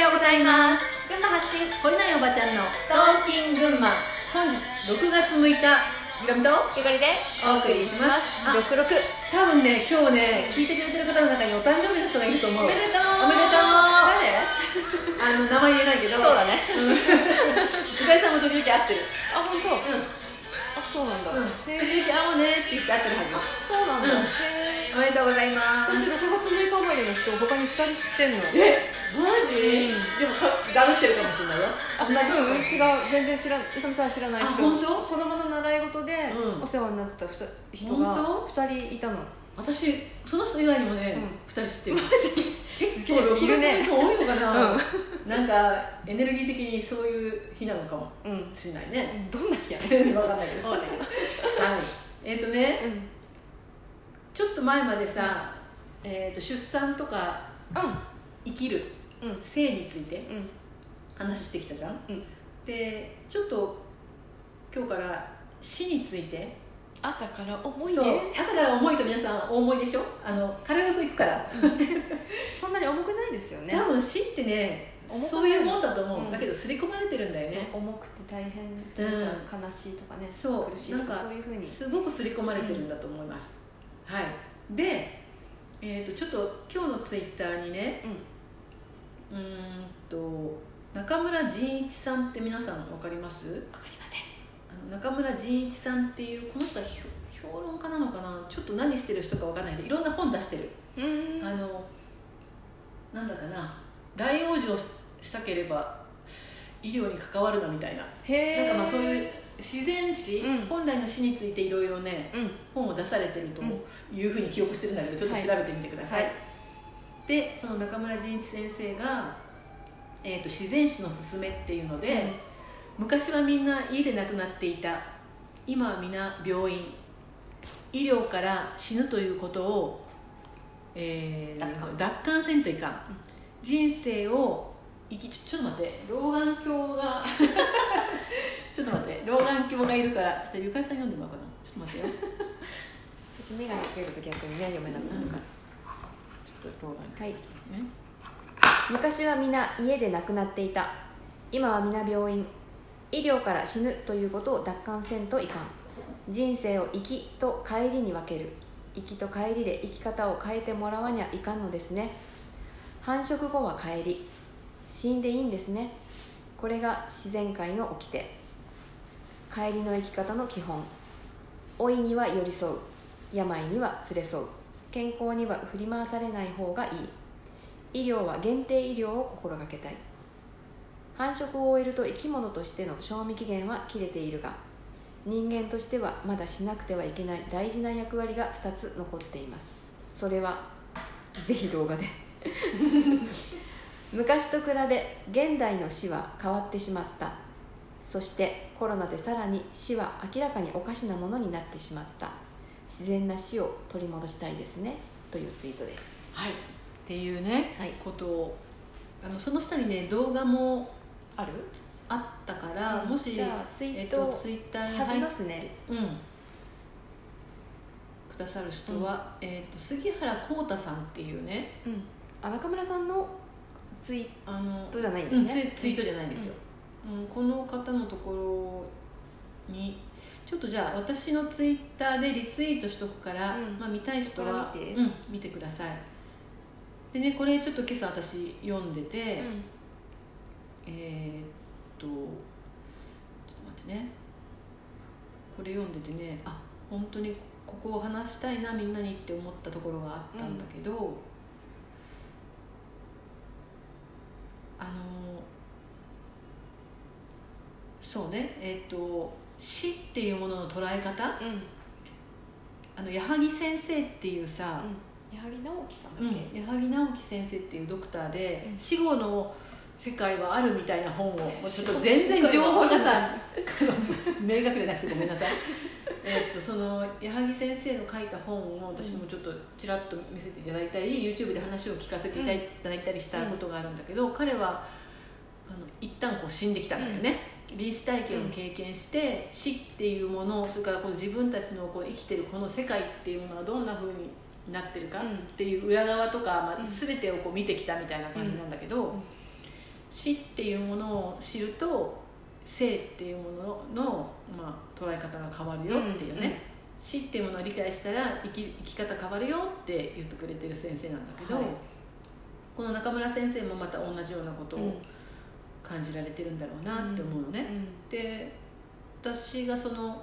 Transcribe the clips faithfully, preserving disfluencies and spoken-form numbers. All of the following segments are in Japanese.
ようございます。 群馬発信懲りないおばちゃんのトーキン群馬、 本日ろくがつむいか、ひろみとゆかりでお送りします。あ、 ろくろく多分ね、今日ね、聞いてくれてる方の中にお誕生日の人がいると思う。 おめでとう。 おめでとう。 誰？ あの名前言えないけど、 そうだね。 ゆかりさんも時々会ってる。 あ、本当。 うん。 あ、そうなんだ。 うん。時々会おうねって言って会ってるはず。 そうなんだ。 うんへおめでとうございます。 私ろくがつむいか生まれの人他にふたり知ってんの。 え、マジ？ うんでもかダブってるかもしれないよ。 あ、うん、違う、全然知らん、ゆかみさんは知らない人。 あ、本当？ 子供の習い事でうんお世話になってたふた人がふたりいたの。 私その人以外にもね、 うんふたり知ってる。 マジ？ 結構ろくがつの人多いのかな、 うん、 なんかエネルギー的にそういう日なのかもうんしれないね。 どんな日やね。 分かんないけど。はい。えっ、ー、とね、 うんちょっと前までさ、えー、と出産とか生きる、 うん性についてうん話してきたじゃん。 うんでちょっと今日から死について。 朝から重いそうね。 朝から重いと皆さんお思いでしょ。あの軽くいくからそんなに重くないですよね。 多分死ってね重くないそういうもんだと思う、 うん、 だけど刷り込まれてるんだよね。 重くて大変というか、うん、悲しいとかね、 そう苦しいとかそういうふうにすごく刷り込まれてるんだと思います、うん、はい。で、えー、とちょっと今日のツイッターにね、うん、うーんと中村仁一さんって皆さん分かります？ 分かりません。 あの中村仁一さんっていうこの人は評論家なのかな、ちょっと何してる人か分かんないけどいろんな本出してる。 うんあのなんだかな、大往生したければ医療に関わるなみたいな、 へなんかまあそういう自然史、 うん、 本来の死についていろいろね、うん、本を出されてるというふうに記憶してるんだけど、ちょっと調べてみてください、はい、でその中村仁一先生が、えーと、自然史のすすめっていうので、うん、昔はみんな家で亡くなっていた、今は皆病院、医療から死ぬということを、えー、奪還奪還せんといかん、うん、人生を生きちょ、ちょっと待って、老眼鏡がちょっと待って、老眼鏡がいるから、ちょっとゆかりさん読んでもらおうかな。ちょっと待ってよ。 私眼鏡かけると逆にね読めなくなるから。 ちょっと老眼鏡、 はい、ね。昔は皆家で亡くなっていた。今は皆病院。医療から死ぬということを奪還せんといかん。人生を生きと帰りに分ける。生きと帰りで生き方を変えてもらわにはいかんのですね。繁殖後は帰り。死んでいいんですね。これが自然界の掟。帰りの生き方の基本。老いには寄り添う。病には連れ添う。健康には振り回されない方がいい。医療は限定医療を心がけたい。繁殖を終えると生き物としての賞味期限は切れているが、人間としてはまだしなくてはいけない大事な役割がふたつ残っています。それはぜひ動画で昔と比べ現代の死は変わってしまった。そしてコロナでさらに死は明らかにおかしなものになってしまった。自然な死を取り戻したいですね、というツイートです。 はい、っていうね、はい、ことをあのその下にね動画もあるあったから、うん、もしじゃあツイート、 えっと、ツイッターに貼りますね、 うん、くださる人は、うん、えっと杉原浩太さんっていうね、 うん、あ中村さんのツイートじゃないんですね、 うん、ツ, ツイートじゃないんですよ、うんうん、この方のところにちょっとじゃあ私のツイッターでリツイートしとくから、うん、まあ、見たい人は見て、 うん、見てください。でね、これちょっと今朝私読んでて、うん、えー、っとちょっと待ってね、これ読んでてね、あ、本当にここを話したいなみんなにって思ったところがあったんだけど、うん、あのそうね、えー、っと死っていうものの捉え方、うん、あの矢作先生っていうさ、 うん、矢作直樹さんだっけ、 うん、矢作直樹先生っていうドクターで、うん、死後の世界はあるみたいな本を、もうちょっと全然情報がさ明確じゃなくてごめんなさいえっとその矢作先生の書いた本を私もちょっとちらっと見せていただいたり、うん、YouTube で話を聞かせていただいたりしたことがあるんだけど、うん、彼はあの一旦こう死んできたんだよね、うん、臨死体験を経験して、うん、死っていうもの、それからこう自分たちのこう生きてるこの世界っていうものがどんな風になってるかっていう裏側とか、まあ、全てをこう見てきたみたいな感じなんだけど、 死っていうものを知ると生っていうものの、まあ、捉え方が変わるよっていうね、うんうん、死っていうものを理解したら生き、生き方変わるよって言ってくれてる先生なんだけど、はい、この中村先生もまた同じようなことを感じられてるんだろうなって思うのね、うんうん、で私がその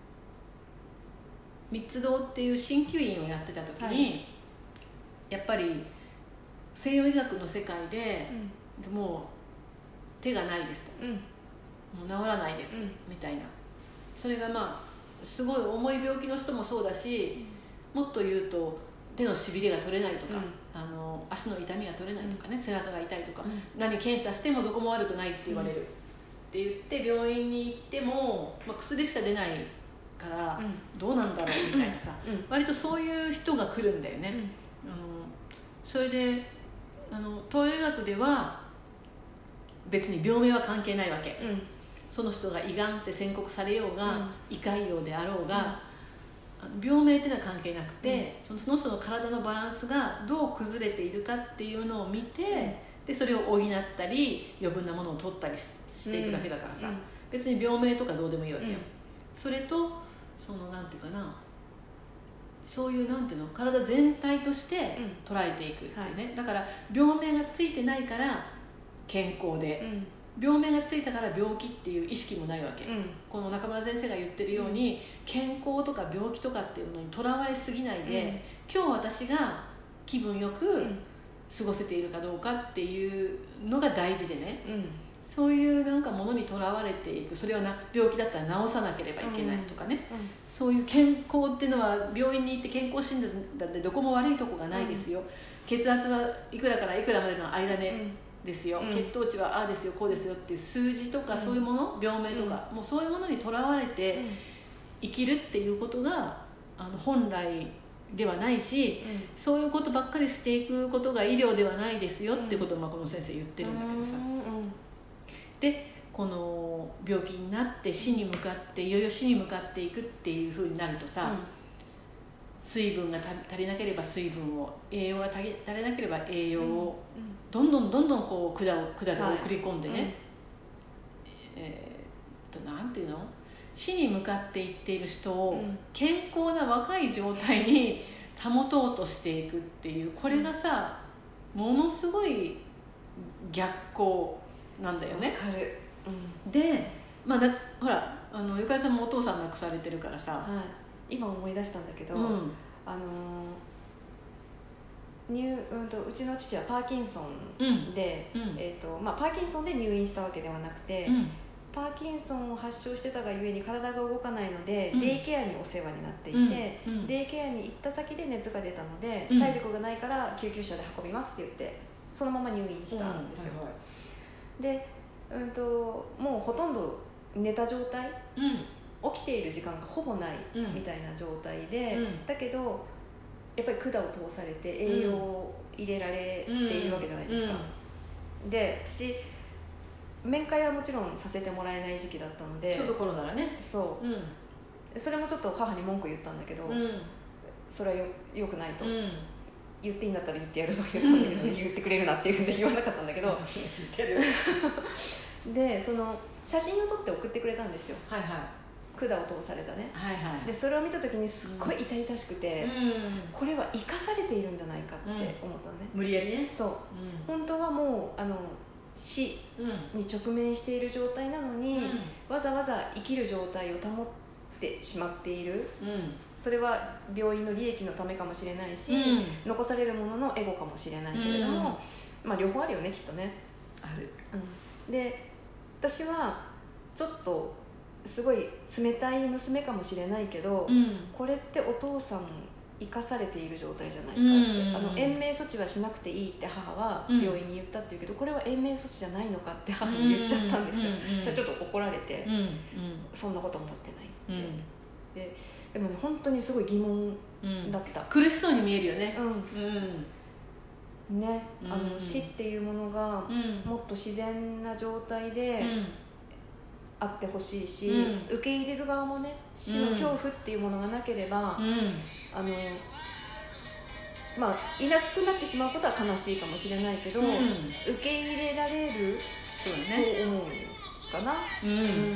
三つ堂っていう鍼灸院をやってた時に、はい、やっぱり西洋医学の世界で、うん、もう手がないですと、うん、もう治らないです、うん、みたいな、それがまあすごい重い病気の人もそうだし、もっと言うと手のしびれが取れないとか、うん、あの足の痛みが取れないとかね、うん、背中が痛いとか、うん、何検査してもどこも悪くないって言われる、うん、って言って病院に行っても、まあ、薬しか出ないからどうなんだろうみたいなさ、うん、割とそういう人が来るんだよね、うん、あのそれであの東洋医学では別に病名は関係ないわけ、うん、その人が胃がんって宣告されようが、うん、胃潰瘍であろうが、うん、病名っていうのは関係なくて、うん、その人の体のバランスがどう崩れているかっていうのを見て、うん、でそれを補ったり余分なものを取ったり し, していくだけだからさ、うん、別に病名とかどうでもいいわけよ、うん、それとそのなんていうかな、そういうなんていうの、体全体として捉えていくっていうね、うんはい、だから病名がついてないから健康で、うん、病名がついたから病気っていう意識もないわけ、うん、この中村先生が言ってるように、うん、健康とか病気とかっていうのにとらわれすぎないで、うん、今日私が気分よく過ごせているかどうかっていうのが大事でね、うん、そういうなんかものにとらわれていく、それはな病気だったら治さなければいけないとかね、うんうん、そういう健康っていうのは病院に行って健康診断でどこも悪いとこがないですよ、うん、血圧はいくらからいくらまでの間で、うんですよ、うん、血糖値はああですよこうですよっていう数字とか、うん、そういうもの、病名とか、うん、もうそういうものにとらわれて生きるっていうことがあの本来ではないし、うん、そういうことばっかりしていくことが医療ではないですよってことを、まあ、この先生言ってるんだけどさ、うん、でこの病気になって死に向かっていよいよ死に向かっていくっていう風になるとさ、うん、水分が足りなければ水分を、栄養が足りなければ栄養を、うんどんどんどんどんこう管を管で送り込んでね、はいうん、えー、っとなんていうの、死に向かっていっている人を健康な若い状態に保とうとしていくっていう、これがさ、ものすごい逆行なんだよね。 わかる、 うん、で、まあ、だほらあのゆかりさんもお父さん亡くされてるからさ、はい、今思い出したんだけど、うん、あの入うんとうちの父はパーキンソンで、うんえーとまあ、パーキンソンで入院したわけではなくて、うん、パーキンソンを発症してたがゆえに体が動かないので、うん、デイケアにお世話になっていて、うん、デイケアに行った先で熱が出たので、うん、体力がないから救急車で運びますって言ってそのまま入院したんですよ、うんはいはい、で、うんともうほとんど寝た状態、うん、起きている時間がほぼないみたいな状態で、うん、だけどやっぱり管を通されて栄養を入れられているわけじゃないですか、うんうん、で私面会はもちろんさせてもらえない時期だったのでちょうどコロナがねそう、うん、それもちょっと母に文句言ったんだけど、うん、それは よ, よくないと、うん、言っていいんだったら言ってやると言ったんだけど、うん、言ってくれるなっていうふうに言わなかったんだけどでその写真を撮って送ってくれたんですよ、はいはい管を通されたね、はいはい、でそれを見た時にすっごい痛々しくて、うん、これは生かされているんじゃないかって思ったのね、 うん、無理やりねそう、うん、本当はもうあの死に直面している状態なのに、うん、わざわざ生きる状態を保ってしまっている、うん、それは病院の利益のためかもしれないし、うん、残されるもののエゴかもしれないけれども、うん、まあ両方あるよねきっとねある、 うん、で私はちょっとすごい冷たい娘かもしれないけど、うん、これってお父さん生かされている状態じゃないかって、うん、あの延命措置はしなくていいって母は病院に言ったっていうけど、うん、これは延命措置じゃないのかって母に言っちゃったんですよ、うん、それちょっと怒られて、うん、そんなこと思ってないって、うん、で, でもね本当にすごい疑問だった、うん、 苦しそうに見えるよね、 うんね、あの死っていうものがもっと自然な状態で、あってほしいし、うん、受け入れる側もね死の恐怖っていうものがなければ、うん、あのまあ、いなくなってしまうことは悲しいかもしれないけど、うん、受け入れられるそうだねと思うかな、 うんうん、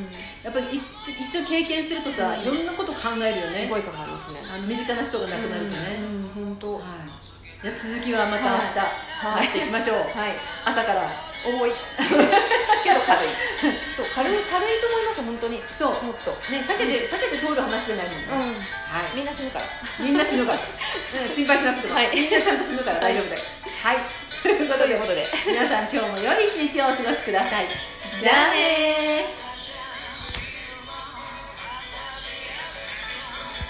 やっぱり一度経験するとさ、うん、いろんなこと考えるよね。 すごい考えますね。 あの身近な人が亡くなるとね、 うんうん、本当、 はい、じゃあ続きはまた明日話していきましょう、はい、朝から重いけど軽いそう軽い軽いと思います本当に。 そう、 もっとね、避けて、うん、避けて通る話じゃないもんね、うん、はい、 みんな死ぬからみんな死ぬから、うん、心配しなくても、はい、みんなちゃんと死ぬから大丈夫だよ。はい、はい、ということで皆さん今日も良い一日をお過ごしください。じゃあねー。